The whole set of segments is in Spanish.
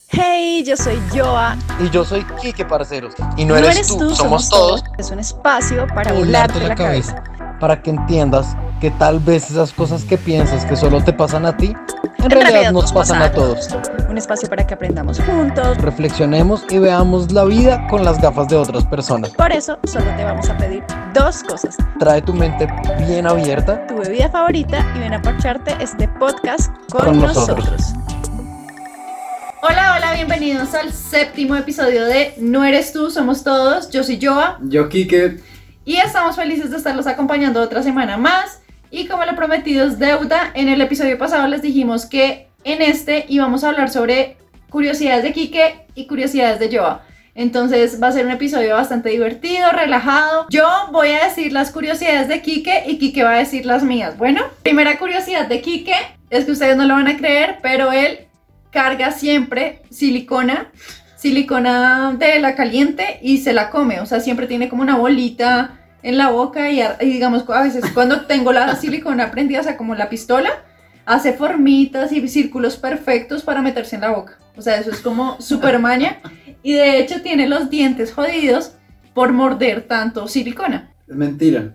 Hey, yo soy Joa. Y yo soy Quique, parceros. Y no eres tú, somos todos. Es un espacio para Volarte volarte la cabeza. Para que entiendas que tal vez esas cosas que piensas que solo te pasan a ti, en realidad nos pasan a todos. Un espacio para que aprendamos juntos. Reflexionemos y veamos la vida con las gafas de otras personas. Por eso, solo te vamos a pedir dos cosas. Trae tu mente bien abierta, Tu bebida favorita y ven a parcharte este podcast con Con nosotros. nosotros. Hola, bienvenidos al 7º episodio de No eres tú, somos todos. Yo soy Joa Yo, Quique. y estamos felices de estarlos acompañando otra semana más. Y como lo prometido es deuda, en el episodio pasado les dijimos que en este íbamos a hablar sobre curiosidades de Quique y curiosidades de Joa. Entonces va a ser un episodio bastante divertido, relajado. Yo voy a decir las curiosidades de Quique y Quique va a decir las mías. Bueno, primera curiosidad de Quique es que ustedes no lo van a creer, pero él carga siempre silicona de la caliente y se la come, o sea, siempre tiene como una bolita en la boca y digamos, a veces cuando tengo la silicona prendida, o sea, como la pistola, hace formitas y círculos perfectos para meterse en la boca, o sea, eso es como super maña y de hecho tiene los dientes jodidos por morder tanto silicona. Es mentira.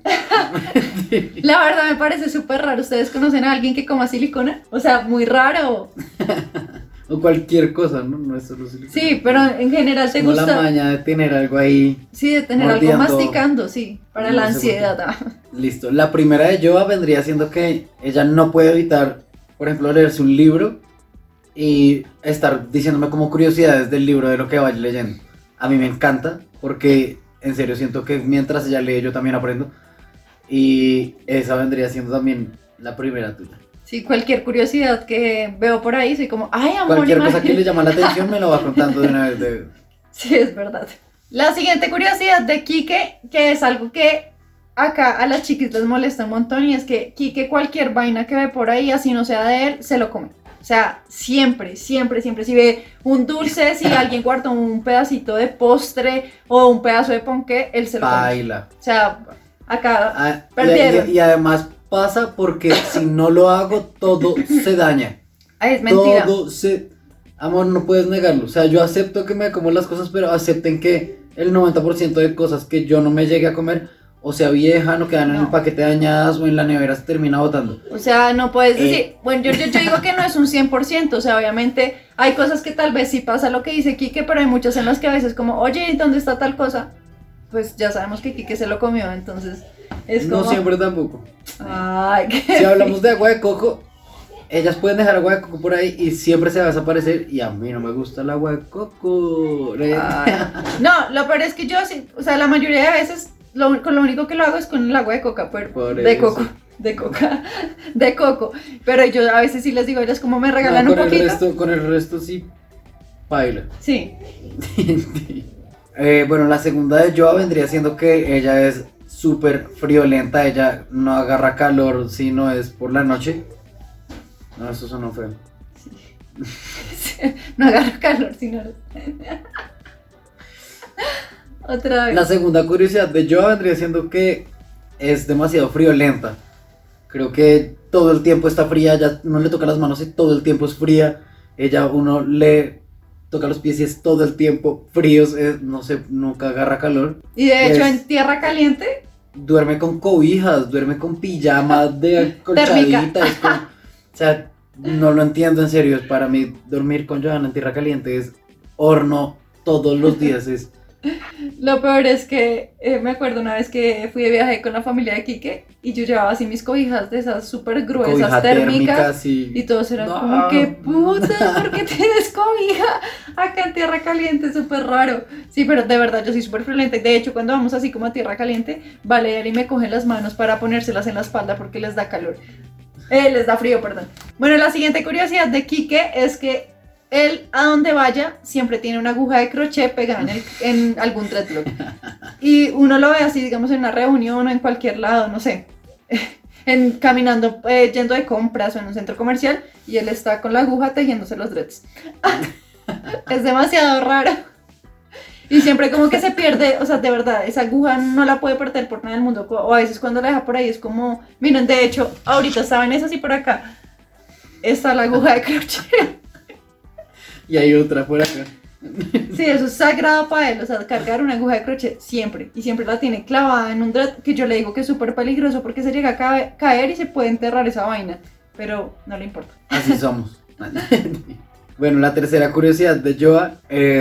La verdad me parece súper raro. ¿Ustedes conocen a alguien que coma silicona? O sea, muy raro. O cualquier cosa, ¿no? No es solo silicona. Sí, pero en general te Como gusta. la maña de tener algo ahí. Sí, de tener mordiendo. algo masticando, sí, para No la sé por qué. ansiedad. Listo. La primera de Joa vendría siendo que ella no puede evitar, por ejemplo, leerse un libro y estar diciéndome como curiosidades del libro de lo que vaya leyendo. A mí me encanta porque en serio siento que mientras ella lee yo también aprendo. Y esa vendría siendo también la primera tuya. Sí, cualquier curiosidad que veo por ahí, soy como, ay, amor, Cualquier cosa que imagínate. le llama la atención me lo va contando de una vez. Sí, es verdad. La siguiente curiosidad de Quique, que es algo que acá a las chiquis les molesta un montón, y es que Quique cualquier vaina que ve por ahí, así no sea de él, se lo come. O sea, siempre, si ve un dulce, si alguien guarda un pedacito de postre o un pedazo de ponqué, él se lo come. Baila. O sea, acá Ah, perdieron. y además pasa porque si no lo hago, todo se daña. Ay, es mentira. Todo se... Amor, no puedes negarlo. O sea, yo acepto que me como las cosas, pero acepten que el 90% de cosas que yo no me llegue a comer, o sea, viejan o quedan en el No. paquete dañadas o en la nevera se termina botando. O sea, no puedes decir, bueno, yo digo que no es un 100%, o sea, obviamente hay cosas que tal vez sí pasa lo que dice Quique, pero hay muchas en las que a veces como, oye, ¿dónde está tal cosa? Pues ya sabemos que Quique se lo comió, entonces es como... No siempre tampoco. Ay, qué... Si hablamos de agua de coco, ellas pueden dejar agua de coco por ahí y siempre se va a desaparecer. Y a mí no me gusta el agua de coco. Ay. No, lo peor es que yo sí, o sea, la mayoría de veces con lo único que lo hago es con el agua de coca, Por de eso. coco. De coco, pero yo a veces sí les digo, ellas como me regalan No, un poquito. con el resto sí baila. Sí, Bueno, la segunda de Joa vendría siendo que ella es súper friolenta, ella no agarra calor si no es por la noche. No, eso sonó feo. no agarro calor, sino... Otra vez. La segunda curiosidad de Joa vendría siendo que es demasiado friolenta. Creo que todo el tiempo está fría, ya uno le toca las manos y todo el tiempo es fría. Ella, uno le toca los pies y es todo el tiempo fríos, no sé, nunca agarra calor. Y de hecho Es- en tierra caliente, Duerme con cobijas, duerme con pijamas de colchaditas. O sea, no lo entiendo en serio. Para mí, dormir con Johanna en tierra caliente es horno todos los días. Es lo peor es que me acuerdo una vez que fui de viaje con la familia de Quique y yo llevaba así mis cobijas de esas súper gruesas cobija térmicas. sí. Y todos eran No. como, ¿qué puta? ¿Por qué tienes cobija acá en tierra caliente? Súper raro. Sí, pero de verdad yo soy súper friolenta. De hecho, cuando vamos así como a tierra caliente, Valeria y me cogen las manos para ponérselas en la espalda porque les da calor. Les da frío, perdón. Bueno, la siguiente curiosidad de Quique es que él, a donde vaya, siempre tiene una aguja de crochet pegada en algún dreadlock. Y uno lo ve así, digamos, en una reunión o en cualquier lado, no sé. Caminando, yendo de compras o en un centro comercial y él está con la aguja tejiéndose los dreads. Es demasiado raro. Y siempre como que se pierde, o sea, de verdad, esa aguja no la puede perder por nada del mundo. O a veces cuando la deja por ahí es como, miren, de hecho, ahorita estaba en esa así por acá. Está la aguja de crochet. Y hay otra por acá. Sí, eso es sagrado para él, o sea, cargar una aguja de crochet siempre, y siempre la tiene clavada en un drato, que yo le digo que es súper peligroso porque se llega a caer y se puede enterrar esa vaina, pero no le importa. Así somos. Bueno, la tercera curiosidad de Joa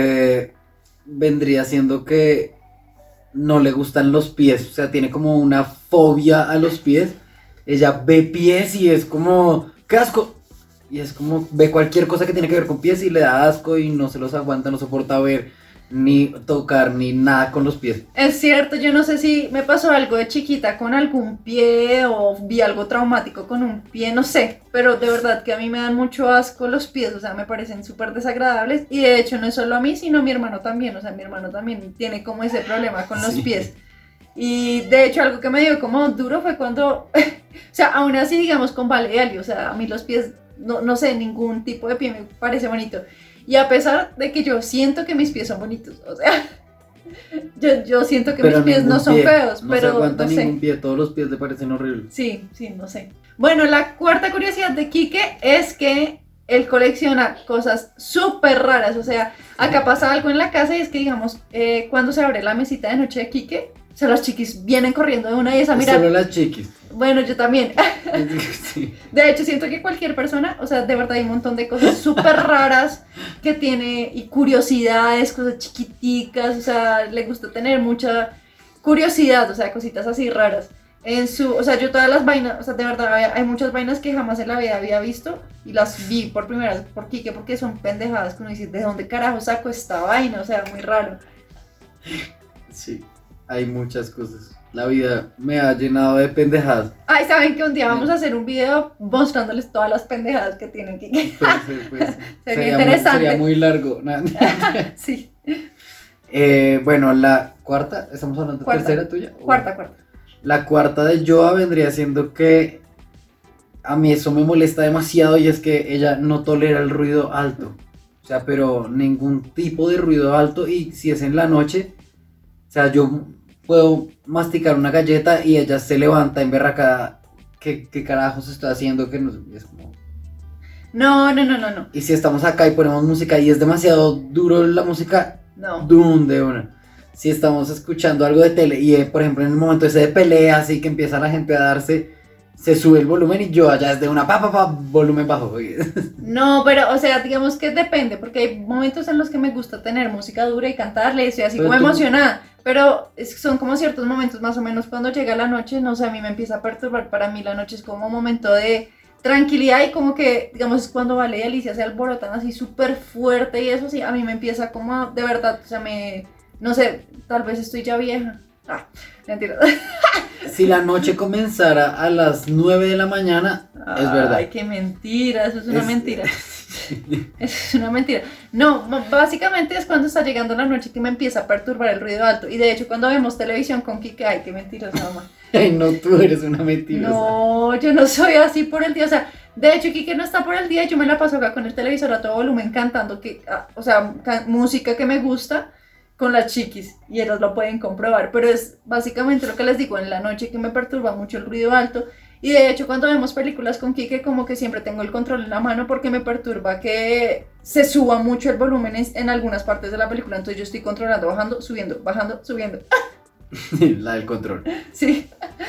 vendría siendo que no le gustan los pies, o sea, tiene como una fobia a los pies. Ella ve pies y es como, ¡qué asco! Y es como, ve cualquier cosa que tiene que ver con pies y le da asco y no se los aguanta, no soporta ver, ni tocar, ni nada con los pies. Es cierto, yo no sé si me pasó algo de chiquita con algún pie o vi algo traumático con un pie, no sé, pero de verdad que a mí me dan mucho asco los pies, o sea, me parecen súper desagradables y de hecho no es solo a mí, sino a mi hermano también, o sea, mi hermano también tiene como ese problema con los Sí. pies. Y de hecho algo que me dio como duro fue cuando, o sea, aún así digamos con Vale, o sea, a mí los pies, no sé, ningún tipo de pie me parece bonito. Y a pesar de que yo siento que mis pies son bonitos, o sea, yo siento que Pero mis pies no ningún son pie, feos, no se pero aguanta no sé. ningún pie, todos los pies le parecen horribles. Sí, no sé. Bueno, la cuarta curiosidad de Quique es que él colecciona cosas súper raras, o sea, acá pasa algo en la casa y es que digamos, cuando se abre la mesita de noche de Quique, o sea, los chiquis vienen corriendo de una y esa, mira, Solo las chiquis. bueno, yo también. Sí. De hecho, siento que cualquier persona, o sea, de verdad hay un montón de cosas súper raras que tiene y curiosidades, cosas chiquiticas, o sea, le gusta tener mucha curiosidad, o sea, cositas así raras. O sea, yo todas las vainas, o sea, de verdad hay muchas vainas que jamás en la vida había visto y las vi por primera vez por Quique porque son pendejadas que uno dice, ¿de dónde carajo saco esta vaina? O sea, muy raro. Sí, hay muchas cosas. La vida me ha llenado de pendejadas. Ay, ¿saben que un día vamos a hacer un video mostrándoles todas las pendejadas que tienen Quique? Pues, Sería interesante. Sería muy largo. Sí, Bueno, la cuarta, ¿estamos hablando de Cuarta. tercera tuya? cuarta. La cuarta de Joa vendría siendo que a mí eso me molesta demasiado y es que ella no tolera el ruido alto. O sea, pero ningún tipo de ruido alto y si es en la noche, o sea, yo puedo masticar una galleta y ella se levanta emberracada. ¿Qué carajos estoy haciendo? Que no, es como... No. Y si estamos acá y ponemos música y es demasiado duro la música, No. doom de una. Si estamos escuchando algo de tele y por ejemplo en el momento ese de pelea así que empieza la gente a darse, se sube el volumen y yo allá es de una volumen bajo. No, pero, o sea, digamos que depende, porque hay momentos en los que me gusta tener música dura y cantarle y estoy así Pero como tú- emocionada, pero son como ciertos momentos más o menos cuando llega la noche, no sé, a mí me empieza a perturbar, para mí la noche es como un momento de tranquilidad y como que, digamos, es cuando Vale y Alicia se alborotan así súper fuerte y eso sí, a mí me empieza como, de verdad, o sea, no sé, tal vez estoy ya vieja. Mentira. Si la noche comenzara a las 9 de la mañana, es verdad. Ay, qué mentira, eso es una Es- mentira. Eso es una mentira. No, básicamente es cuando está llegando la noche que me empieza a perturbar el ruido alto. Y de hecho, cuando vemos televisión con Kike, ay, qué mentirosa, mamá. Ay, no, tú eres una mentirosa. No, yo no soy así por el día. O sea, de hecho, Kike no está por el día y yo me la paso acá con el televisor a todo volumen cantando, o sea, música que me gusta con las chiquis. Y ellos lo pueden comprobar. Pero es básicamente lo que les digo, en la noche que me perturba mucho el ruido alto. Y de hecho cuando vemos películas con Kike como que siempre tengo el control en la mano porque me perturba que se suba mucho el volumen en algunas partes de la película, entonces yo estoy controlando, bajando, subiendo. La del control. Sí.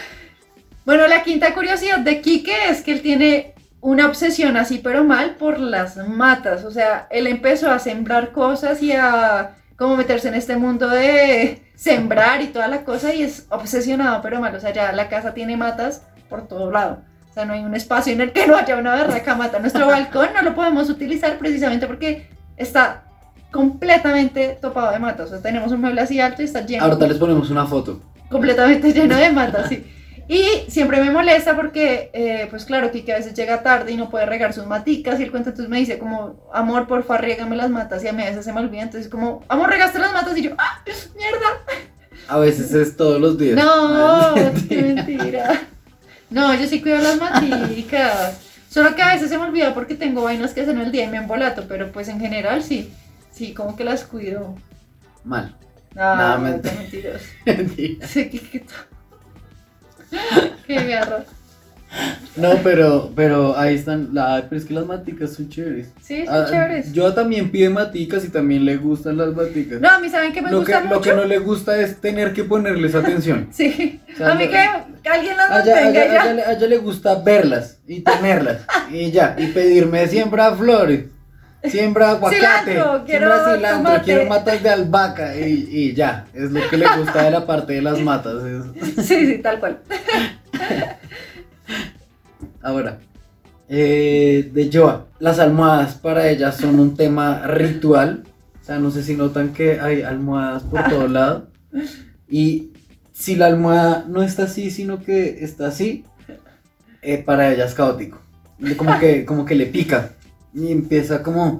Bueno, la quinta curiosidad de Kike es que él tiene una obsesión así pero mal por las matas, o sea, él empezó a sembrar cosas y a como meterse en este mundo de sembrar y toda la cosa y es obsesionado pero mal, o sea, ya la casa tiene matas por todo lado. O sea, no hay un espacio en el que no haya una berraca mata. Nuestro balcón no lo podemos utilizar precisamente porque está completamente topado de matas. O sea, tenemos un mueble así alto y está lleno. Ahorita les ponemos una foto. Completamente lleno de matas, sí. Y siempre me molesta porque, pues claro, Kike a veces llega tarde y no puede regar sus maticas y el cuento entonces me dice como, amor, porfa, riégame las matas y a mí a veces se me olvida. Entonces como, amor, regaste las matas y yo, ¡ah, mierda! A veces es todos los días. No, qué mentira. No, yo sí cuido las maticas. Solo que a veces se me olvida porque tengo vainas que hacen el día y me embolato, pero pues en general sí. Sí, como que las cuido. Mal. Ah, No, qué mentiras. Mentira. Sí, qué garra. No, pero ahí están. Pero es que las maticas son chéveres. Sí, son chéveres. Yo también pide maticas y también le gustan las maticas. No, a mí saben que me gusta mucho. Lo que no le gusta es tener que ponerles atención. Sí, O sea, a mí que alguien las A mantenga y ya. ella le gusta verlas y tenerlas y ya. Y pedirme siembra flores, siembra aguacate, Cilantro, quiero siembra cilantro, tomate. quiero matas de albahaca y ya. Es lo que le gusta de la parte de las matas. Sí, tal cual. Ahora, de Joa, las almohadas para ella son un tema ritual. O sea, no sé si notan que hay almohadas por todo lado. Y si la almohada no está así, sino que está así, para ella es caótico. Como que le pica. Y empieza como...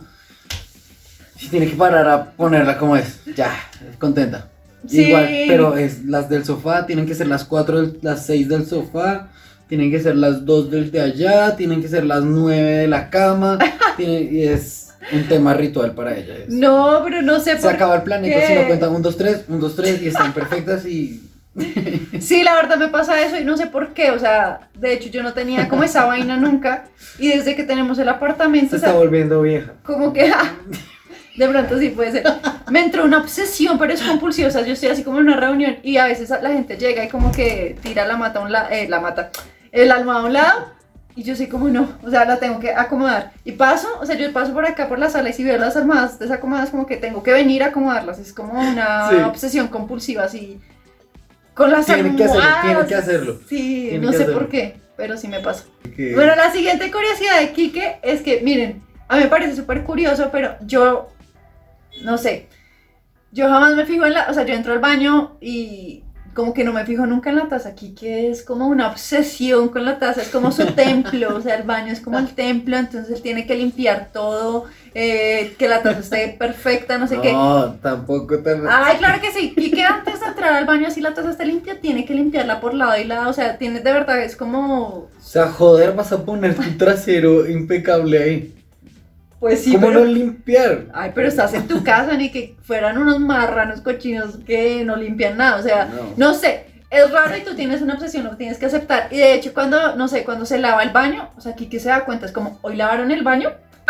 Si tiene que parar a ponerla como es. Ya, contenta. Sí. Igual, pero las del sofá tienen que ser las 4, las 6 del sofá. Tienen que ser las 2 del de allá, tienen que ser las 9 de la cama, y es un tema ritual para ella. No, pero no sé Se por acaba el planeta qué. si no cuentan 1, 2, 3, 1, 2, 3 y están perfectas y... Sí, la verdad me pasa eso y no sé por qué, o sea, de hecho yo no tenía como esa vaina nunca y desde que tenemos el apartamento, Se o sea, está volviendo vieja. como que de pronto sí puede ser. Me entró una obsesión, pero es compulsiva, o sea, yo estoy así como en una reunión y a veces la gente llega y como que tira la mata a un lado, el almohada a un lado y yo soy como no, o sea, la tengo que acomodar y paso, o sea, yo paso por acá por la sala y si veo las almohadas desacomodadas como que tengo que venir a acomodarlas, es como una Sí. obsesión compulsiva así con las Tiene que almohadas. hacerlo. Sí, Tiene no que sé hacerlo. por qué, pero sí me pasa. Que- Bueno, la siguiente curiosidad de Quique es que, miren, a mí me parece súper curioso, pero yo, no sé, yo jamás me fijo en o sea, yo entro al baño y como que no me fijo nunca en la taza. Quique es como una obsesión con la taza, es como su templo, o sea, el baño es como el templo, entonces él tiene que limpiar todo, que la taza esté perfecta, no sé qué. No, tampoco tan... Ay, claro que sí. Y que antes de entrar al baño, si la taza está limpia, tiene que limpiarla por lado y lado. O sea, tiene de verdad, es como. O sea, joder, vas a poner tu trasero impecable ahí. Pues sí, ¿Cómo pero. no limpiar? Ay, pero estás en tu casa, ni que fueran unos marranos cochinos que no limpian nada. O sea, no sé. Es raro y tú tienes una obsesión, lo tienes que aceptar. Y de hecho, cuando, no sé, cuando se lava el baño, o sea, aquí que se da cuenta, es como, hoy lavaron el baño.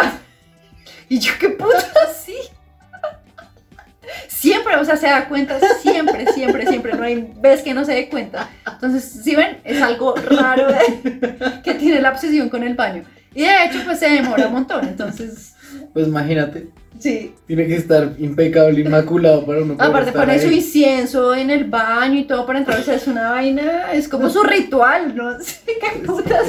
Y yo, qué puta, sí. Siempre, o sea, se da cuenta, siempre, siempre, siempre. No hay vez que no se dé cuenta. Entonces, si ven, es algo raro que tiene la obsesión con el baño. Y de hecho, pues se demora un montón. Entonces, Pues imagínate, sí. tiene que estar impecable, inmaculado para uno poder Aparte, estar pone su ahí. incienso en el baño y todo para entrar. O sea, es una vaina, es como su ritual, no sé qué putas.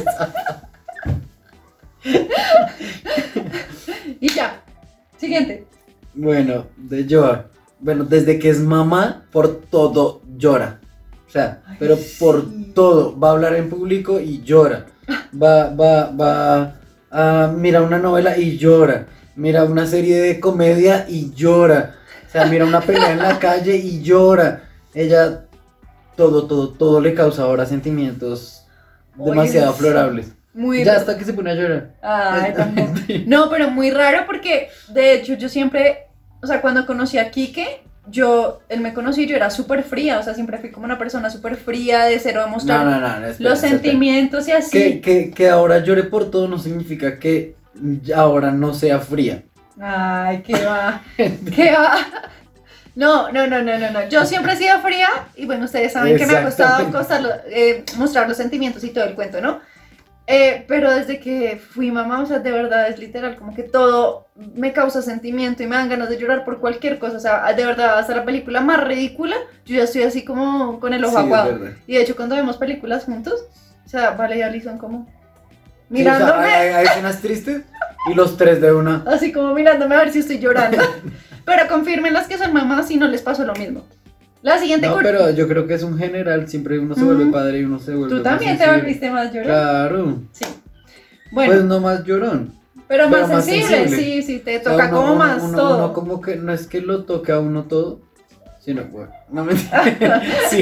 Y ya. Siguiente. Bueno, de llorar. Bueno, desde que es mamá, por todo llora. O sea, Ay, pero por sí. todo. Va a hablar en público y llora. Va a mirar una novela y llora. Mira una serie de comedia y llora. O sea, mira una pelea en la calle y llora. Ella, todo le causa ahora sentimientos Oye, demasiado sí. aflorables. Muy Ya hasta que se pone a llorar. Ay, tampoco. No, pero muy raro porque de hecho yo siempre, o sea, cuando conocí a Quique, él me conoció y yo era súper fría, o sea, siempre fui como una persona súper fría, de cero a mostrar No, espera, los sentimientos y así. Que ahora llore por todo no significa que ahora no sea fría. Ay, qué va, qué va. No. Yo siempre he sido fría y bueno, ustedes saben que me ha costado mostrar los sentimientos y todo el cuento, ¿no? Pero desde que fui mamá, o sea, de verdad es literal, como que todo me causa sentimiento y me dan ganas de llorar por cualquier cosa, o sea, de verdad, hasta la película más ridícula, yo ya estoy así como con el ojo Sí, es aguado. verdad. Y de hecho, cuando vemos películas juntos, o sea, Vale y Ali son como Sí, o mirándome, sea, hay escenas tristes y los tres de una. así como mirándome a ver si estoy llorando. Pero confirmen las que son mamás si no les pasó lo mismo. La siguiente No, pero yo creo que es un general, siempre uno se vuelve padre y uno se vuelve Tú más también te sensible. volviste más llorón. Claro. Sí. Bueno. Pues no más llorón. Pero pero más más sensible, sensible. sí, te O sea, toca como más todo. Uno como que no es que lo toque a uno todo, sino, bueno, no mentira.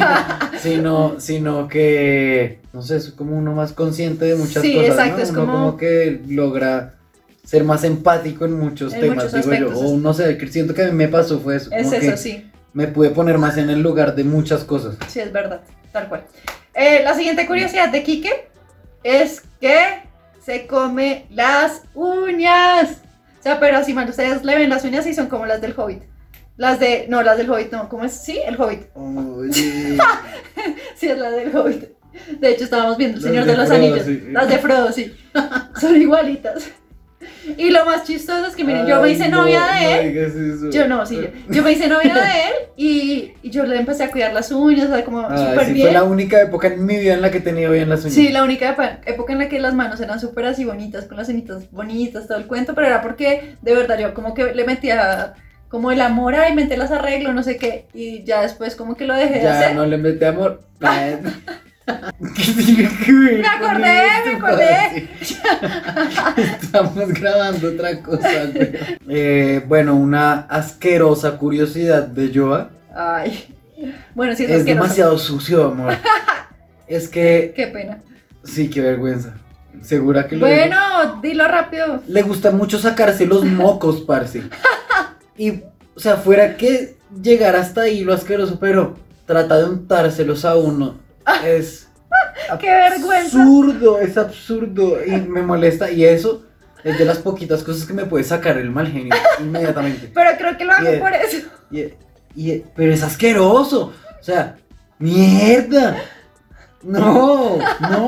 sino que, no sé, es como uno más consciente de muchas Sí, cosas, exacto, ¿no? es Uno como que logra ser más empático en muchos En temas, muchos digo yo. aspectos. O no sé, que siento que a mí me pasó fue eso. Es como eso, que sí. me pude poner más en el lugar de muchas cosas. Sí, es verdad, tal cual. La siguiente curiosidad de Quique es que se come las uñas. O sea, pero así mal, ustedes le ven las uñas y son como las del Hobbit. Las del Hobbit no, ¿cómo es? Sí, el Hobbit. Oye. Sí, es la del Hobbit. De hecho, estábamos viendo El Las Señor de de los Frodo, Anillos. sí. Las de Frodo, sí. Son igualitas. Y lo más chistoso es que, miren, yo me hice novia de él. digas eso. Yo me hice novia de él y yo le empecé a cuidar las uñas, o sea, como súper Sí, bien. fue la única época en mi vida en la que he tenido bien las uñas. Sí, la única época en la que las manos eran súper así bonitas, con las uñitas bonitas, todo el cuento, pero era porque de verdad yo como que le metía como el amor, ay, me te las arreglo, no sé qué, y ya después como que lo dejé de Ya hacer. no le metí amor. ¿Qué tiene que ver Me con acordé, esto, me acordé. parce? Estamos grabando otra cosa, güey. Bueno, una asquerosa curiosidad de Joa. Ay, bueno, sí, Es asqueroso. demasiado sucio, amor. Es que, Qué pena. sí, qué vergüenza. ¿Segura que lo digo? Bueno, dilo rápido. Le gusta mucho sacarse los mocos, parce. Y, o sea, fuera que llegar hasta ahí lo asqueroso, pero trata de untárselos a uno. Es ¡Qué vergüenza! absurdo, es absurdo. Y me molesta. Y eso es de las poquitas cosas que me puede sacar el mal genio inmediatamente. Pero creo que lo hago Bien. por eso. Pero es asqueroso. O sea, mierda. No.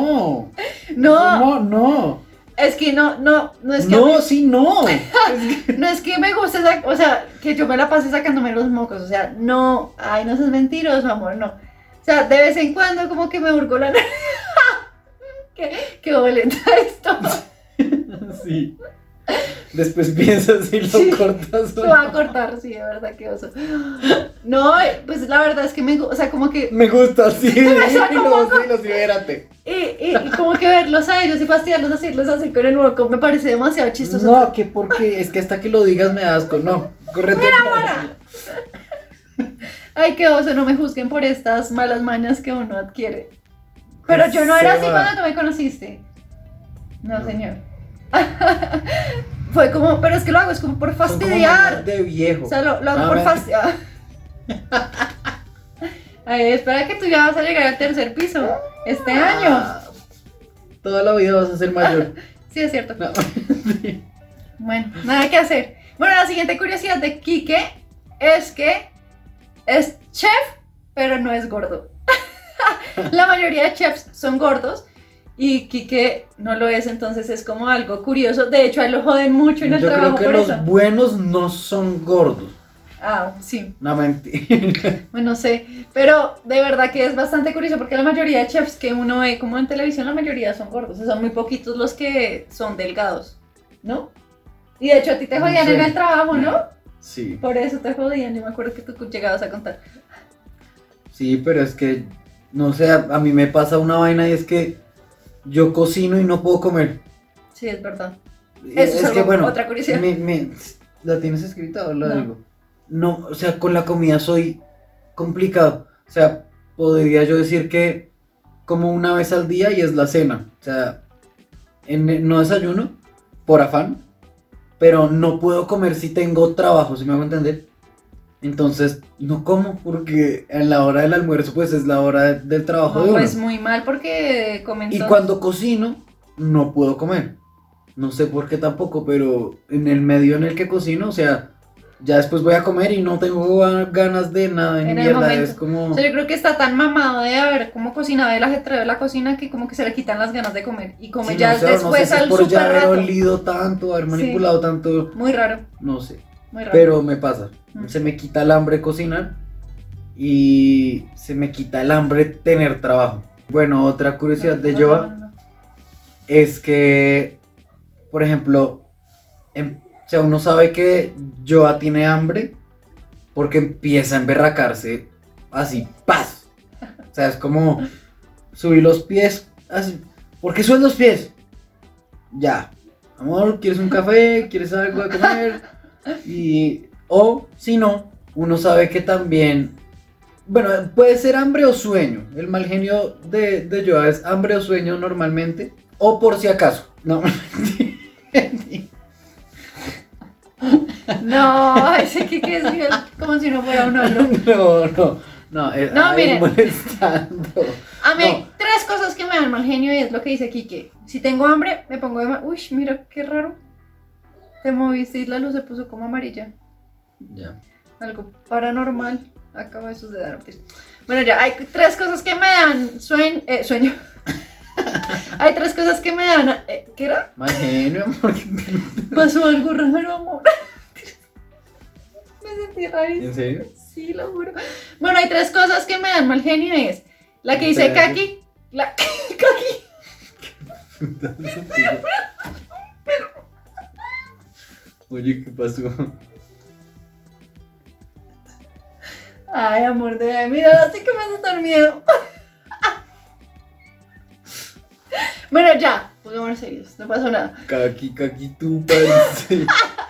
No, es que no es que a mí- No. no es que me guste, o sea, que yo me la pase sacándome los mocos, o sea, no, ay, no seas mentiroso, amor, no. O sea, de vez en cuando como que me hurgo la nariz. qué boleta esto. Sí. Después piensas y lo Sí. cortas. Lo va a cortar, sí, de verdad, qué oso. No, pues la verdad es que o sea, como que, Me gusta, sí. saco Dilo, sí, espérate. y como que verlos a ellos y fastidiarlos así, los así con el moco, me parece demasiado chistoso. No, que porque es que hasta que lo digas me da asco. No, correcto. Ay, qué oso, no me juzguen por estas malas mañas que uno adquiere. Pero yo no era así Seba. cuando tú me conociste. No, señor. Fue como, pero es que lo hago, es como por Son como fastidiar. mañas de viejo. O sea, lo hago Ah, por me- fastidiar. Ay, espera que tú ya vas a llegar al tercer piso este año. Ah, toda la vida vas a ser mayor. Sí, es cierto. No. Sí. Bueno, nada que hacer. Bueno, la siguiente curiosidad de Quique es que es chef, pero no es gordo. La mayoría de chefs son gordos y Quique no lo es, entonces es como algo curioso. De hecho, a él lo joden mucho en el Yo creo trabajo que por los eso. buenos no son gordos. Ah, sí, No, mentira. bueno, no sé. Pero de verdad que es bastante curioso porque la mayoría de chefs que uno ve como en televisión, la mayoría son gordos. O sea, son muy poquitos los que son delgados, ¿no? Y de hecho a ti te No jodían sé. en el trabajo, ¿no? Sí, Por eso te jodían, yo me acuerdo que tú llegabas a contar. sí, pero es que, no sé, a mí me pasa una vaina y es que yo cocino y no puedo comer. Sí, es verdad. Eso es que algo- bueno, otra curiosidad. ¿la tienes escrita o la No. digo? No, o sea, con la comida soy complicado. O sea, podría yo decir que como una vez al día y es la cena. O sea, no desayuno por afán, pero no puedo comer si tengo trabajo, si me hago entender. Entonces, no como porque en la hora del almuerzo pues es la hora del trabajo de No, uno. pues muy mal porque comen Y todos. cuando cocino, no puedo comer. No sé por qué tampoco, pero en el medio en el que cocino, o sea, ya después voy a comer y no tengo ganas de nada, En en el mierda, momento. es como... O sea, yo creo que está tan mamado de haber como cocinado el ajetreo de la cocina que como que se le quitan las ganas de comer. Y come Sí, ya no sé, después no sé si es al por ya super haber rato. olido tanto, haber Sí. manipulado tanto, Muy raro, no sé. muy raro. Pero me pasa, Mm. se me quita el hambre cocinar y se me quita el hambre tener trabajo. Bueno, otra curiosidad de Joa es que, por ejemplo, o sea, uno sabe que Joa tiene hambre porque empieza a emberracarse así, ¡paz! O sea, es como subir los pies, así. ¿Por qué subes los pies? Ya, amor, ¿quieres un café? ¿Quieres algo de comer? O si no, uno sabe que también, bueno, puede ser hambre o sueño. El mal genio de Joa es hambre o sueño normalmente, o por si acaso. No, No, ese que es como si no fuera un oro. no, No, ahí miren. molestando. A mí hay No. 3 cosas que me dan mal genio y es lo que dice Kike. Si tengo hambre, me pongo de mal. Uy, mira qué raro. Te moviste y la luz se puso como amarilla. Ya. Algo paranormal acaba de suceder. Bueno, ya, hay 3 cosas que me dan sueño. Hay 3 cosas que me dan... ¿Qué era? Mal genio, amor. Pasó algo raro, amor. Me sentí rarísimo. ¿En serio? Sí, lo juro. Bueno, hay 3 cosas que me dan mal genio. Es la que dice Espérate. Kaki. La Kaki. Oye, ¿qué pasó? Ay, amor de mi vida, así que me hace dar miedo. Bueno, ya, pongámonos serios, no pasó nada. Kaki, tú parece.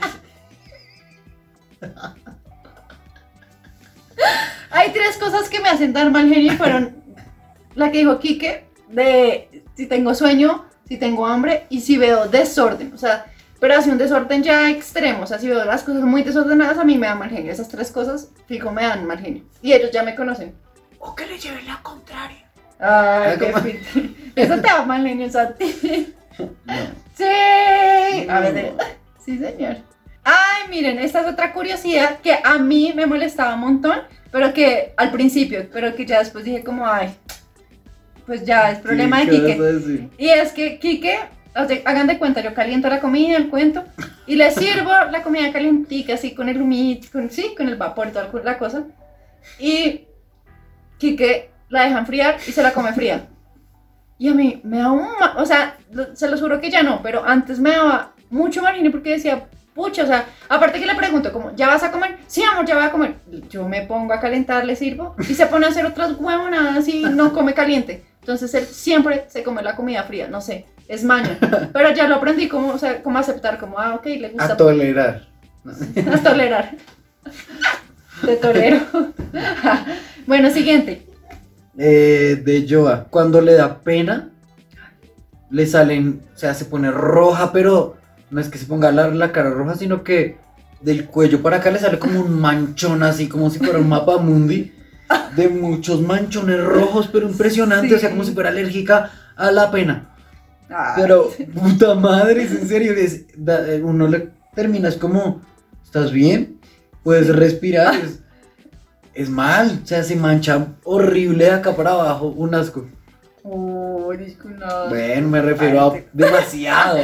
Hay 3 cosas que me hacen dar mal genio y fueron la que dijo Kike, de si tengo sueño, si tengo hambre y si veo desorden. O sea, pero así un desorden ya extremo. O sea, si veo las cosas muy desordenadas, a mí me da mal genio. Esas 3 cosas, fijo, me dan mal genio. Y ellos ya me conocen. O que le lleven la contraria. Ay, qué fit. Eso te da mal genio, Santi. No. Sí. A ver, sí, señor. Ay, miren, esta es otra curiosidad que a mí me molestaba un montón, pero que al principio, pero que ya después dije como, ay, pues ya es problema de ¿Qué vas a Kike. decir? Y es que Kike, hagan de cuenta, yo caliento la comida, el cuento, y le sirvo la comida calientica, así con el humito, con el vapor y toda la cosa. Y Kike la deja enfriar y se la come fría. Y a mí me da o sea, se los juro que ya no, pero antes me daba mucho mal genio porque decía, pucha, o sea, aparte que le pregunto como, ¿ya vas a comer? Sí, amor, ya voy a comer. Yo me pongo a calentar, le sirvo y se pone a hacer otras huevonadas y no come caliente. Entonces él siempre se come la comida fría, no sé, es maña. Pero ya lo aprendí como, o sea, como aceptar, como, ok, le gusta. A tolerar. A tolerar. Te tolero. Bueno, siguiente. De Joa, cuando le da pena, le salen, o sea, se pone roja, pero no es que se ponga la cara roja, sino que del cuello para acá le sale como un manchón, así como si fuera un mapa mundi, de muchos manchones rojos, pero impresionante, Sí. o sea, como si fuera alérgica a la pena. Ay. Pero, puta madre, es en serio, uno le termina, es como, ¿estás bien? Puedes respirar, es mal, o sea, se mancha horrible de acá para abajo, un asco. Oh, disculpa. Bueno, me refiero a demasiado.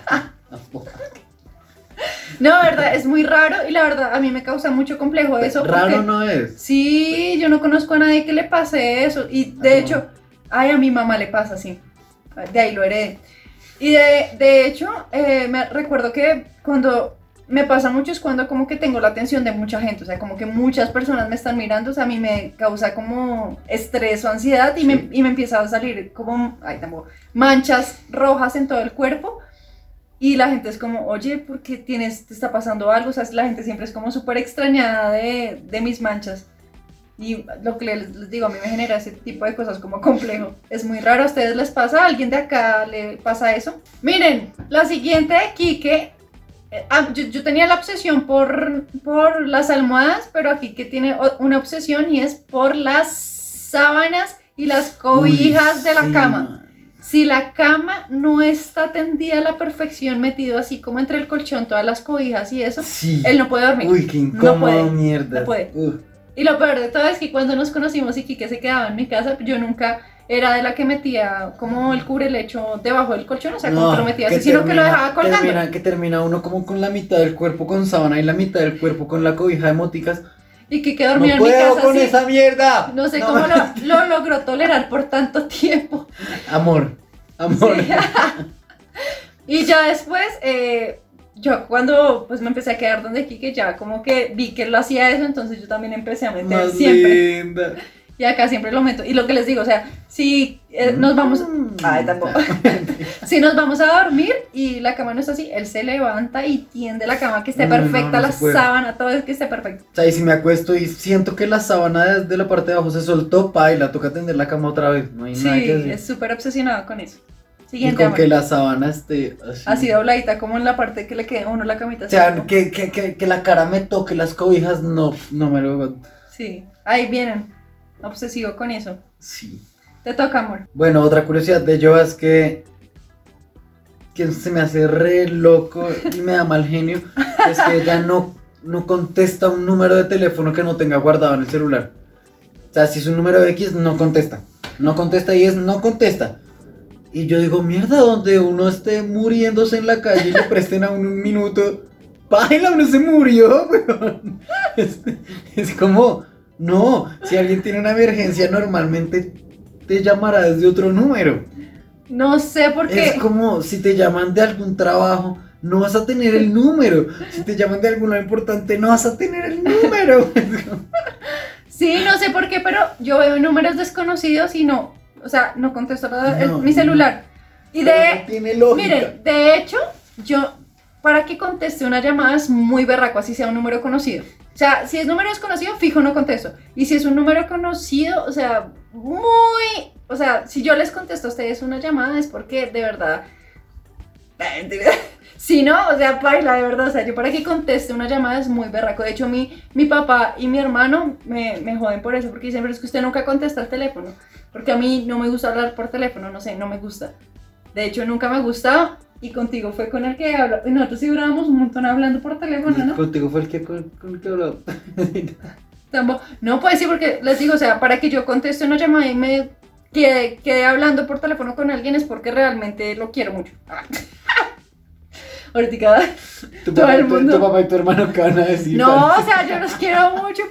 No, verdad, es muy raro y la verdad a mí me causa mucho complejo eso. Raro porque no es. sí, yo no conozco a nadie que le pase eso. Y de hecho, ay, a mi mamá le pasa así. De ahí lo heredé. Y de hecho, me recuerdo que cuando me pasa mucho es cuando como que tengo la atención de mucha gente. O sea, como que muchas personas me están mirando. O sea, a mí me causa como estrés o ansiedad y, Sí. me empieza a salir como, ay, tampoco, manchas rojas en todo el cuerpo. Y la gente es como, oye, ¿por qué te está pasando algo? O sea, la gente siempre es como súper extrañada de mis manchas. Y lo que les digo, a mí me genera ese tipo de cosas como complejo. Es muy raro, ¿a ustedes les pasa? ¿A alguien de acá le pasa eso? Miren, la siguiente de Kike, yo tenía la obsesión por las almohadas, pero aquí que tiene una obsesión y es por las sábanas y las cobijas de la sí, cama. man. Si la cama no está tendida a la perfección, metido así como entre el colchón, todas las cobijas y eso, Sí. él no puede dormir. Uy, qué incómodo, No puede, mierda. no puede. Uf. Y lo peor de todo es que cuando nos conocimos y Kike se quedaba en mi casa, yo nunca era de la que metía como el cubrelecho debajo del colchón, o sea, como que lo metía así, sino que lo dejaba colgando. Que termina uno como con la mitad del cuerpo con sábana y la mitad del cuerpo con la cobija de moticas. Y Kike No dormía en mi puedo casa con así. esa mierda. No sé cómo lo logró tolerar por tanto tiempo. Amor. Sí. Y ya después, yo cuando pues me empecé a quedar donde Kike, ya como que vi que él lo hacía eso, entonces yo también empecé a meter Más siempre. linda. Y acá siempre lo meto. Y lo que les digo, o sea, si nos vamos... Ay, tampoco. Si nos vamos a dormir y la cama no está así, él se levanta y tiende la cama que esté No, no, perfecta, no la se puede. sábana, todo es que esté perfecto. O sea, y si me acuesto y siento que la sábana de la parte de abajo se soltó, la toca tender la cama otra vez. No hay Sí, nada que hacer. es súper obsesionado con eso. Y Siguiente, con amor. que la sábana esté Así dobladita, como en la parte que le queda a uno la camita. O así sea, como- que la cara me toque las cobijas, no me lo... Sí, ahí vienen. Obsesivo con eso. Sí. Te toca, amor. Bueno, otra curiosidad de Joa es que se me hace re loco y me da mal genio, es que ella no contesta un número de teléfono que no tenga guardado en el celular. O sea, si es un número X, no contesta. No contesta y es no contesta. Y yo digo, mierda, donde uno esté muriéndose en la calle y le presten a uno un minuto, ¡paila, uno se murió, weón! Es como, no, si alguien tiene una emergencia, normalmente te llamará desde otro número. No sé por qué. Es como si te llaman de algún trabajo, no vas a tener el número. Si te llaman de algo importante, no vas a tener el número. Sí, no sé por qué, pero yo veo números desconocidos y no, o sea, no contesto mi celular. Y no tiene lógica. Mire, de hecho, yo, para que conteste una llamada es muy berraco, así sea un número conocido. O sea, si es número desconocido, fijo, no contesto. Y si es un número conocido, o sea, o sea, si yo les contesto a ustedes una llamada es porque de verdad, si no, o sea, paila, de verdad, o sea, yo para que conteste una llamada es muy berraco. De hecho, mi papá y mi hermano me joden por eso, porque dicen, pero es que usted nunca contesta el teléfono, porque a mí no me gusta hablar por teléfono, no sé, no me gusta. De hecho, nunca me ha gustado, y contigo fue con el que hablo, y nosotros sí durábamos un montón hablando por teléfono, ¿no? Contigo fue el que con el que hablaba. No, pues sí, porque les digo, o sea, para que yo conteste una llamada y me quedé hablando por teléfono con alguien es porque realmente lo quiero mucho. Ahorita Tu todo el mundo. Tu papá y tu hermano, ¿qué van a decir? No, o sea, yo los quiero mucho,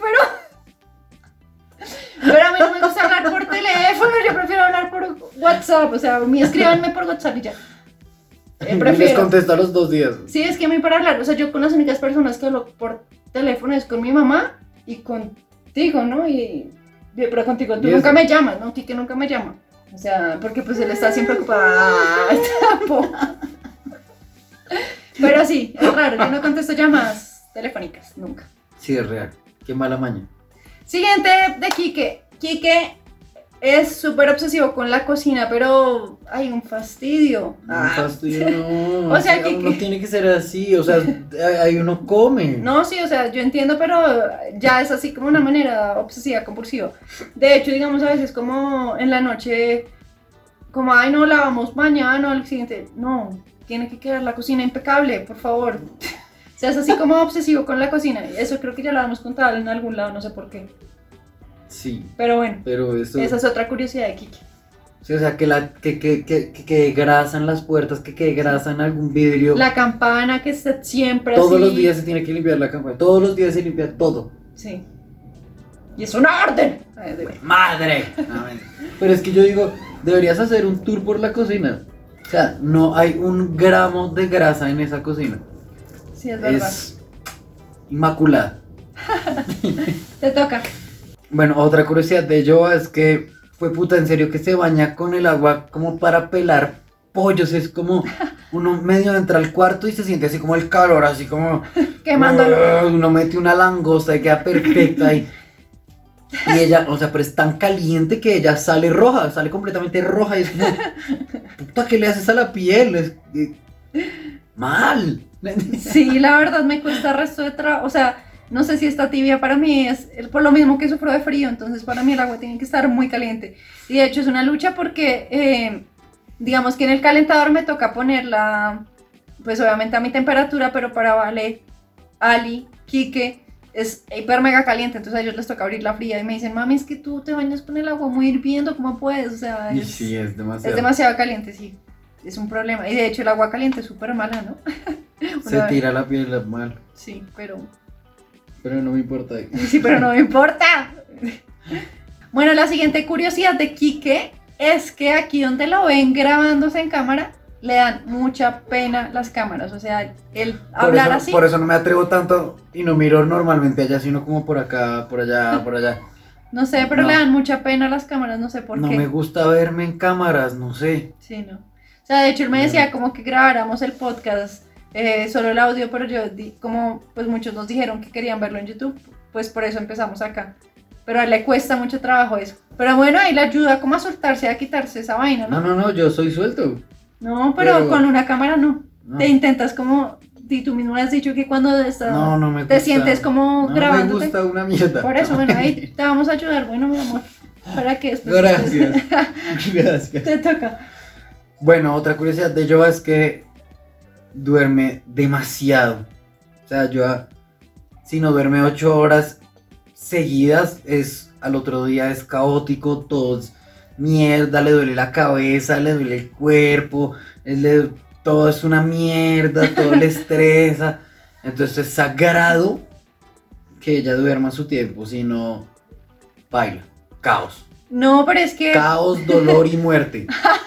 pero a mí no me gusta hablar por teléfono, yo prefiero hablar por WhatsApp, o sea, escríbanme por WhatsApp y ya. Les contesto a los 2 días. Sí, es que a mí para hablar, o sea, yo con las únicas personas que hablo por teléfono es con mi mamá y contigo, ¿no? Pero contigo tú nunca me llamas, ¿no? Kike nunca me llama. O sea, porque pues él está siempre ocupado. Pero sí, es raro, yo no contesto llamadas telefónicas, nunca. Sí, es real. Qué mala maña. Siguiente de Kike. Kike es súper obsesivo con la cocina, pero hay un fastidio. Un fastidio, no. O sea, uno tiene que ser así, o sea, ahí uno come. No, sí, o sea, yo entiendo, pero ya es así como una manera obsesiva, compulsiva. De hecho, digamos, a veces como en la noche, como, ay, no, lavamos mañana o al siguiente. No, tiene que quedar la cocina impecable, por favor. O sea, es así como obsesivo con la cocina. Eso creo que ya lo habíamos contado en algún lado, no sé por qué. Sí. Pero bueno, Esa es otra curiosidad de Kike. Sí, o sea, que grasa en las puertas, que grasa en algún vidrio. La campana que está siempre Todos así. los días se tiene que limpiar la campana. Todos los días se limpia todo. Sí. Y es una orden. ¡Madre! Pero es que yo digo, deberías hacer un tour por la cocina. O sea, no hay un gramo de grasa en esa cocina. Sí, es verdad. Es inmaculada. Te toca. Bueno, otra curiosidad de Joa es que fue puta, en serio, que se baña con el agua como para pelar pollos. Es como uno medio entra al cuarto y se siente así como el calor, así como quemándolo. Uno mete una langosta y queda perfecta y ella, o sea, pero es tan caliente que ella sale roja, sale completamente roja y es como, puta, ¿qué le haces a la piel? Mal. Sí, la verdad me cuesta el resto de trabajo, o sea, no sé si está tibia, para mí es por lo mismo que sufro de frío, entonces para mí el agua tiene que estar muy caliente. Y de hecho es una lucha porque, digamos que en el calentador me toca ponerla, pues obviamente a mi temperatura, pero para Vale, Ali, Kike, es hiper mega caliente, entonces a ellos les toca abrir la fría y me dicen, mami, es que tú te bañas con el agua muy hirviendo, ¿cómo puedes? O sea, sí, es demasiado. Es demasiado caliente, sí. Es un problema. Y de hecho el agua caliente es súper mala, ¿no? Se tira la piel mal. Sí, pero no me importa. Sí, pero no me importa. Bueno, la siguiente curiosidad de Kike es que aquí donde lo ven grabándose en cámara, le dan mucha pena las cámaras. O sea, el hablar así. Por eso no me atrevo tanto y no miro normalmente allá, sino como por acá, por allá, por allá. No sé, pero No. le dan mucha pena a las cámaras, no sé por No qué. me gusta verme en cámaras, no sé. Sí, no. O sea, de hecho él me decía como que grabáramos el podcast, solo el audio, pero yo, como pues muchos nos dijeron que querían verlo en YouTube, pues por eso empezamos acá. Pero a él le cuesta mucho trabajo eso. Pero bueno, ahí le ayuda como a soltarse, a quitarse esa vaina, ¿no? No, yo soy suelto. No, pero con una cámara no. No. Te intentas como, y tú mismo has dicho que cuando estás, No me gusta. te sientes como No grabándote. me gusta una mierda. Por eso, bueno, ahí te vamos a ayudar, bueno, mi amor. ¿Para qué? Gracias. Gracias. Te toca. Bueno, otra curiosidad de Joa es que duerme demasiado. O sea, Joa, si no duerme 8 horas seguidas, al otro día es caótico, todo es mierda, le duele la cabeza, le duele el cuerpo, todo es una mierda, todo le estresa. Entonces es sagrado que ella duerma su tiempo, si no, baila, caos. No, pero es que... Caos, dolor y muerte.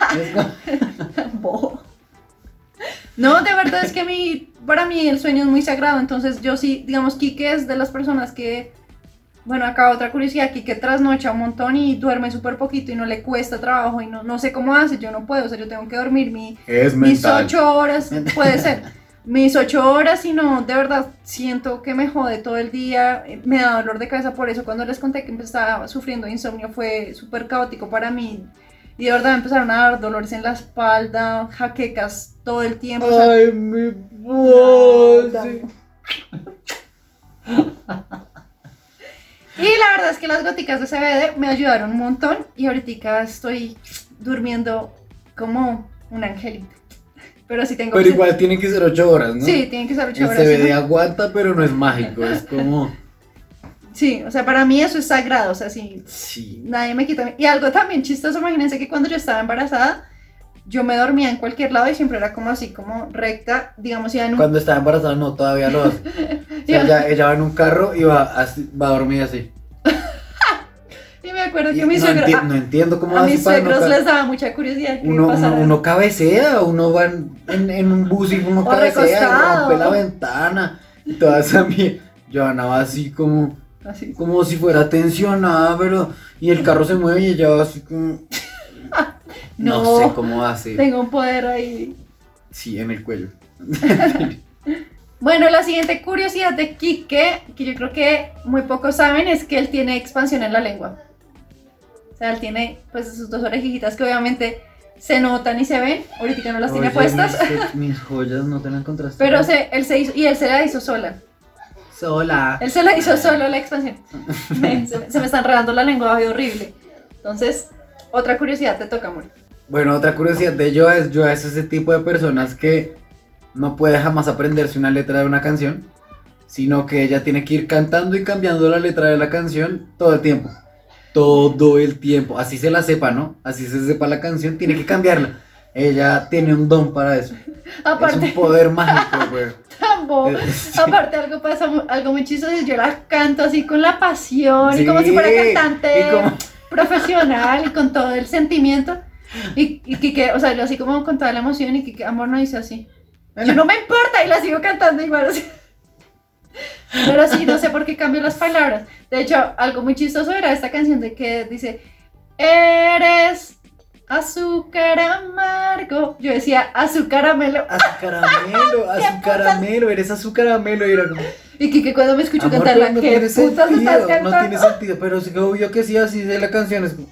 Bobo. No, de verdad es que para mí el sueño es muy sagrado, entonces yo sí, digamos, Kike es de las personas que, bueno, acá otra curiosidad, Kike trasnocha un montón y duerme súper poquito y no le cuesta trabajo y no sé cómo hace, yo no puedo, o sea, yo tengo que dormir mis 8 horas, puede ser, mis 8 horas y no, de verdad, siento que me jode todo el día, me da dolor de cabeza, por eso cuando les conté que estaba sufriendo de insomnio fue súper caótico para mí. Y de verdad me empezaron a dar dolores en la espalda, jaquecas todo el tiempo. O sea, Ay, mi voz. Y la verdad es que las goticas de CBD me ayudaron un montón y ahorita estoy durmiendo como un angelito. Pero sí tengo... Pero igual tienen que ser 8 horas, ¿no? Sí, tienen que ser 8 horas. El CBD ¿no? aguanta, pero no es mágico, es como... Sí, o sea, para mí eso es sagrado, o sea, sí, Sí. nadie me quita. Y algo también chistoso, imagínense que cuando yo estaba embarazada, yo me dormía en cualquier lado y siempre era como así, como recta, digamos, iba en un... Cuando estaba embarazada no, todavía lo hace. O sea, ella va en un carro y va a dormir así. Y me acuerdo Y que mi no, suegro... no entiendo cómo A hace mis para suegros les daba mucha curiosidad que pasara. uno cabecea, uno va en un bus y uno O cabecea y recostado. rompe la ventana y toda esa mierda. Yo andaba así como si fuera tensionada, pero y el carro se mueve y ella va así como... No. No sé cómo hace. Tengo un poder ahí. Sí, en el cuello. Bueno, la siguiente curiosidad de Kike, que yo creo que muy pocos saben, es que él tiene expansión en la lengua. O sea, él tiene pues sus 2 orejitas que obviamente se notan y se ven. Ahorita no las tiene Oye, puestas. Mis joyas no te las encontraste. Pero él se hizo, y él se la hizo sola. Sola. Él se la hizo solo la expansión. Se me está enredando la lengua, es horrible. Entonces, otra curiosidad, te toca, amor. Bueno, otra curiosidad de Joa es ese tipo de personas que no puede jamás aprenderse una letra de una canción, sino que ella tiene que ir cantando y cambiando la letra de la canción todo el tiempo. Todo el tiempo. Así se la sepa, ¿no? Así se sepa la canción, tiene que cambiarla. Ella tiene un don para eso. Aparte, es un poder mágico, güey. Sí. Aparte algo muy chistoso, yo la canto así con la pasión Sí, y como si fuera cantante y como... profesional y con todo el sentimiento. Y Kike, o sea, yo así como con toda la emoción y Kike, amor, no dice así. Yo no me importa y la sigo cantando igual así. Pero sí, no sé por qué cambio las palabras. De hecho, algo muy chistoso era esta canción de que dice, eres azúcar amargo. Yo decía azucaramelo. Azucaramelo, eres azucaramelo. Y era como... Y Kike cuando me escucho Amor, cantarla, no ¿qué tiene putas estás sentido, cantando? no tiene sentido, pero sí que obvio que sí, así de la canción es como...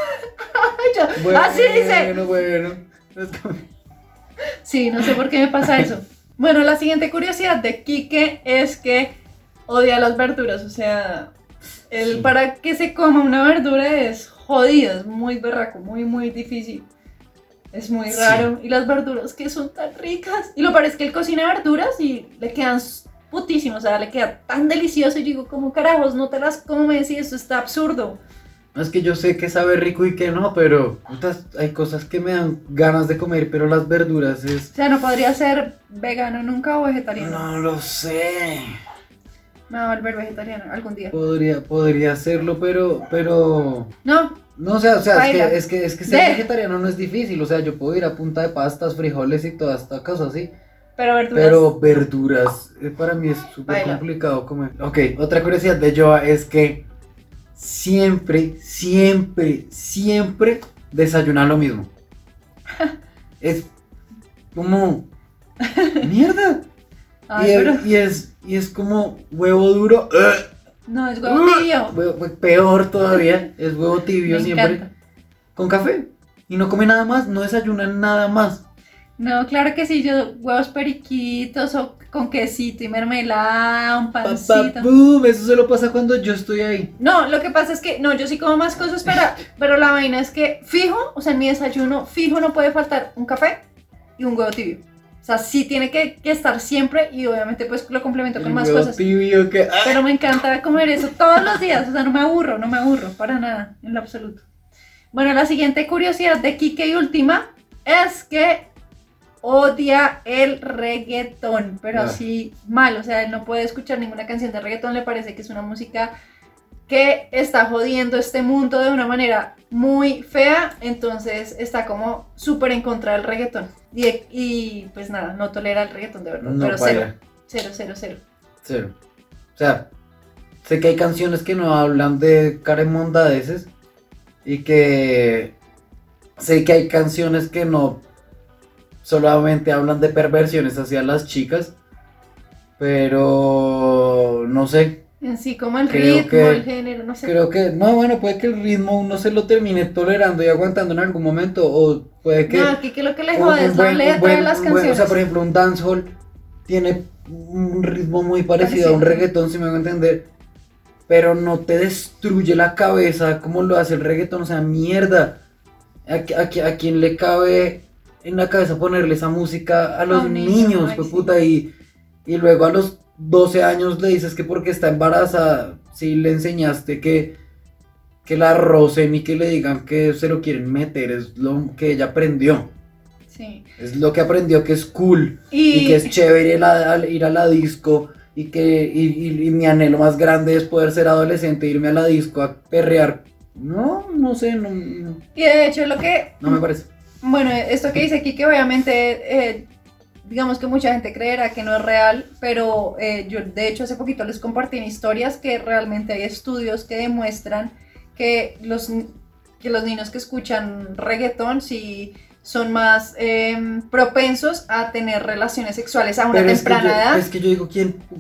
Así dice. Bueno. Es como... Sí, no sé por qué me pasa eso. Bueno, la siguiente curiosidad de Kike es que odia las verduras, o sea, Sí. para que se coma una verdura es jodido, es muy berraco, muy difícil. Es muy Sí. raro. Y las verduras que son tan ricas. Y lo peor es que él cocina verduras y le quedan putísimas, o sea, le queda tan delicioso. Y digo, ¿cómo carajos no te las comes? Y eso está absurdo. No, es que yo sé que sabe rico y que no, pero putas, hay cosas que me dan ganas de comer, pero las verduras es... O sea, no podría ser vegano nunca o vegetariano. No lo sé. Me va a volver vegetariano algún día. Podría hacerlo, pero... No, No, o sea, Baila. es que ser vegetariano no es difícil, o sea, yo puedo ir a punta de pastas, frijoles y todas estas cosas así, pero verduras. pero verduras, para mí es súper Baila. complicado comer. Ok, otra curiosidad de Joa es que siempre desayuna lo mismo. Es como... ¡Mierda! Ay, pero y es como huevo duro. no, es huevo tibio. Peor todavía, es huevo tibio Me siempre. encanta. Con café. Y no come nada más, no desayuna nada más. No, claro que sí, yo huevos periquitos o con quesito y mermelada, un pancito. ¡Pum! Eso solo pasa cuando yo estoy ahí. No, lo que pasa es que, no, yo sí como más cosas, pero la vaina es que fijo, o sea, en mi desayuno fijo no puede faltar un café y un huevo tibio. O sea, sí tiene que estar siempre y obviamente pues lo complemento con más cosas. Tibio que... ¡Ah! Pero me encanta comer eso todos los días, o sea, no me aburro, para nada, en lo absoluto. Bueno, la siguiente curiosidad de Kike y última es que odia el reggaetón, pero así mal, o sea, él no puede escuchar ninguna canción de reggaetón, le parece que es una música que está jodiendo este mundo de una manera muy fea, entonces está como súper en contra del reggaetón. Y pues nada, no tolera el reggaetón de verdad, No, pero baila. Cero. O sea, sé que hay canciones que no hablan de caremondadeces y que sé que hay canciones que no solamente hablan de perversiones hacia las chicas, pero no sé. En sí, como el Creo ritmo, que- el género, no sé. Creo que, no, bueno, puede que el ritmo uno se lo termine tolerando y aguantando en algún momento, o puede que... No, aquí que lo que le jode es la letra de las canciones. O sea, por ejemplo, un dancehall tiene un ritmo muy parecido a un reggaetón, si me hago entender, pero no te destruye la cabeza como lo hace el reggaetón, o sea, mierda. ¿A quién le cabe en la cabeza ponerle esa música a los A un niño, niños, ay, pues, sí. puta, y luego a los 12 años le dices que porque está embarazada, si le enseñaste que la rocen y que le digan que se lo quieren meter, es lo que ella aprendió, Sí. es lo que aprendió que es cool y que es chévere ir a la disco y que y mi anhelo más grande es poder ser adolescente, irme a la disco a perrear. No sé, no Y de hecho lo que, me parece. bueno, esto que dice aquí que obviamente, digamos que mucha gente creerá que no es real, pero yo de hecho hace poquito les compartí en historias que realmente hay estudios que demuestran que los niños que escuchan reggaetón sí son más propensos a tener relaciones sexuales a una Pero temprana edad. es que yo digo,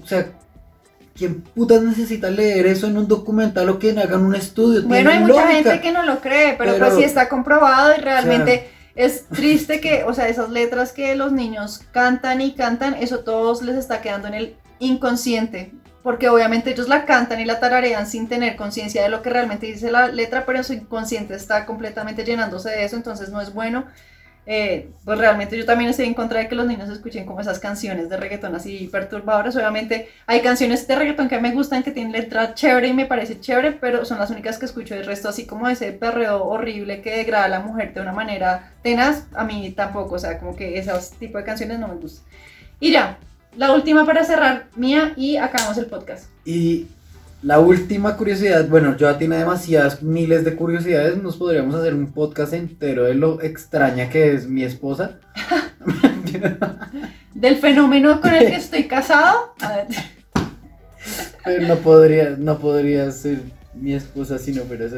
¿quién putas necesita leer eso en un documental o que hagan un estudio? Bueno, hay Tiene mucha lógica. gente que no lo cree, pero Pero- pues sí está comprobado y realmente es triste que, o sea, esas letras que los niños cantan y cantan, eso todos les está quedando en el inconsciente, porque obviamente ellos la cantan y la tararean sin tener conciencia de lo que realmente dice la letra, pero su inconsciente está completamente llenándose de eso, entonces no es bueno. Pues realmente yo también estoy en contra de que los niños escuchen como esas canciones de reggaetón así perturbadoras. Obviamente hay canciones de reggaetón que me gustan, que tienen letra chévere y me parece chévere, pero son las únicas que escucho. El resto así como ese perreo horrible que degrada a la mujer de una manera tenaz, a mí tampoco, o sea, como que esos tipos de canciones no me gustan. Y ya, la última para cerrar mía y acabamos el podcast. Y la última curiosidad, bueno, Joa tiene demasiadas, miles de curiosidades, nos podríamos hacer un podcast entero de lo extraña que es mi esposa. Del fenómeno con el que estoy casado. A ver. Pero no podría ser mi esposa si no fuera eso.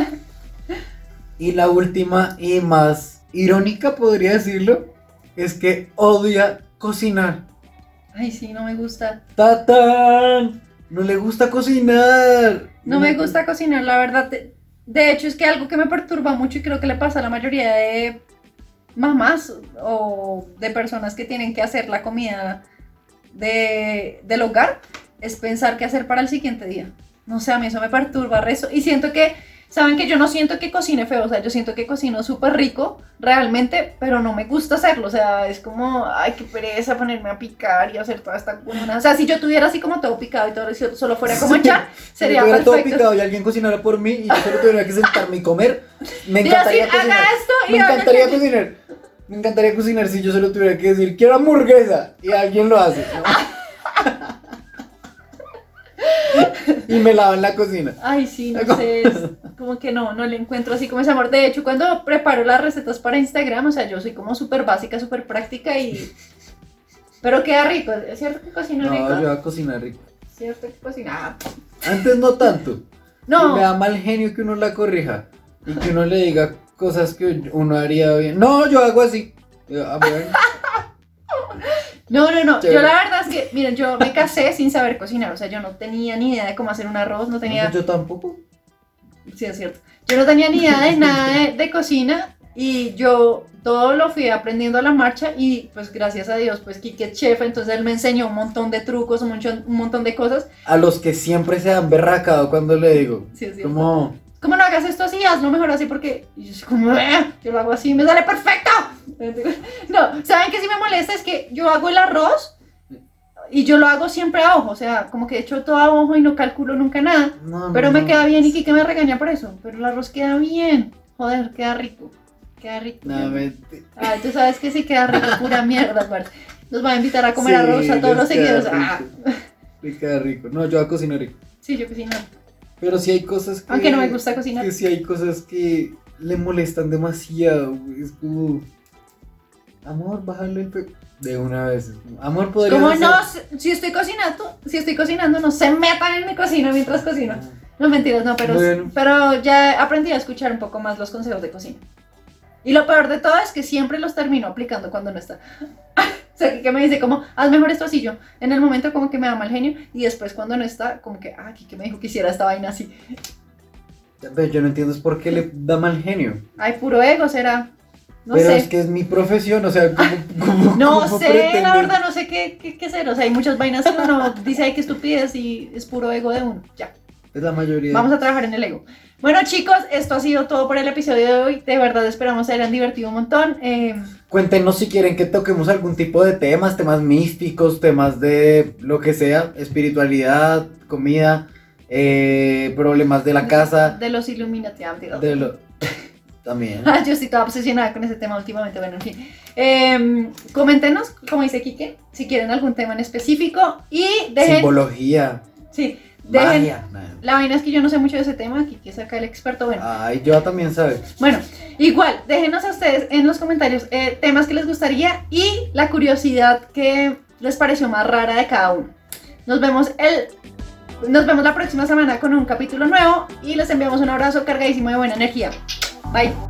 Y la última y más irónica, podría decirlo, es que odia cocinar. Ay, sí, no me gusta. ¡Tatán! No le gusta cocinar. No me gusta cocinar, la verdad. De hecho, es que algo que me perturba mucho y creo que le pasa a la mayoría de mamás o de personas que tienen que hacer la comida del hogar es pensar qué hacer para el siguiente día. No sé, a mí eso me perturba resto. Y siento que, saben que yo no siento que cocine feo, o sea, yo siento que cocino súper rico realmente, pero no me gusta hacerlo, o sea, es como, ay, qué pereza ponerme a picar y hacer toda esta cuna. O sea, si yo tuviera así como todo picado y todo, si solo fuera como echar, sería Si fuera todo perfecto. picado y alguien cocinara por mí y yo solo tuviera que sentarme y comer, me Y encantaría decir, cocinar. haga esto y Me haga encantaría aquello. cocinar. Me encantaría cocinar si yo solo tuviera que decir, quiero hamburguesa, y alguien lo hace, ¿no? Y me lava en la cocina. Ay, sí, no sé, es como que no le encuentro así como ese amor. De hecho, cuando preparo las recetas para Instagram, o sea, yo soy como súper básica, súper práctica y... Pero queda rico, ¿es cierto que cocino rico? No, yo voy a cocinar rico. ¿Es cierto que cocina? Antes no tanto. No. Y me da mal genio que uno la corrija y que uno le diga cosas que uno haría bien. No, yo hago así. Yo, bueno. No, Chévere. yo la verdad es que, miren, yo me casé sin saber cocinar, o sea, yo no tenía ni idea de cómo hacer un arroz, no tenía... Yo tampoco. Sí, es cierto. Yo no tenía ni idea de nada de cocina y yo todo lo fui aprendiendo a la marcha y pues gracias a Dios, pues Kike es chef, entonces él me enseñó un montón de trucos, un montón de cosas. A los que siempre se han berracado cuando le digo. Sí, es cierto. Como, no hagas esto así, hazlo mejor así porque y yo soy como, yo lo hago así, me sale perfecto. No, ¿saben qué sí me molesta? Es que yo hago el arroz y yo lo hago siempre a ojo, o sea, como que echo todo a ojo y no calculo nunca nada, pero me queda bien y Kike me regaña por eso, pero el arroz queda bien, joder, queda rico. Tú sabes que sí queda rico, pura mierda, parce. Nos va a invitar a comer arroz a todos los seguidores. Le queda rico. No, yo a cocinar rico. Sí, yo cocino. Pero sí hay cosas que... Aunque no me gusta cocinar. Que sí hay cosas que le molestan demasiado. Es como... Amor, bájale el de una vez. Amor, podría como hacer... no, si estoy cocinando, no se metan en mi cocina mientras cocino. No, mentiras, no, pero ya aprendí a escuchar un poco más los consejos de cocina. Y lo peor de todo es que siempre los termino aplicando cuando no está. O sea, que me dice como, haz mejor esto así yo. En el momento como que me da mal genio y después cuando no está, como que, que me dijo que hiciera esta vaina así. Yo no entiendo es por qué le da mal genio. Ay, puro ego será. No pero sé. Es que es mi profesión, o sea, no ¿cómo sé, pretende? la verdad no sé qué hacer. O sea, hay muchas vainas que uno dice, ay, qué estupidez y es puro ego de uno. Ya. Es la mayoría. Vamos a trabajar en el ego. Bueno, chicos, esto ha sido todo por el episodio de hoy. De verdad esperamos se hayan divertido un montón. Cuéntenos si quieren que toquemos algún tipo de temas místicos, temas de lo que sea, espiritualidad, comida, problemas de la casa. De los Illuminati. También. Yo estoy toda obsesionada con ese tema últimamente. Bueno, en fin. Coméntenos, como dice Kike, si quieren algún tema en específico y dejen... Simbología. Sí. Magia. La vaina es que yo no sé mucho de ese tema, Kike es acá el experto, bueno. Ay, yo también sabe. Bueno, igual, déjenos a ustedes en los comentarios temas que les gustaría y la curiosidad que les pareció más rara de cada uno. Nos vemos la próxima semana con un capítulo nuevo y les enviamos un abrazo cargadísimo de buena energía. Bye.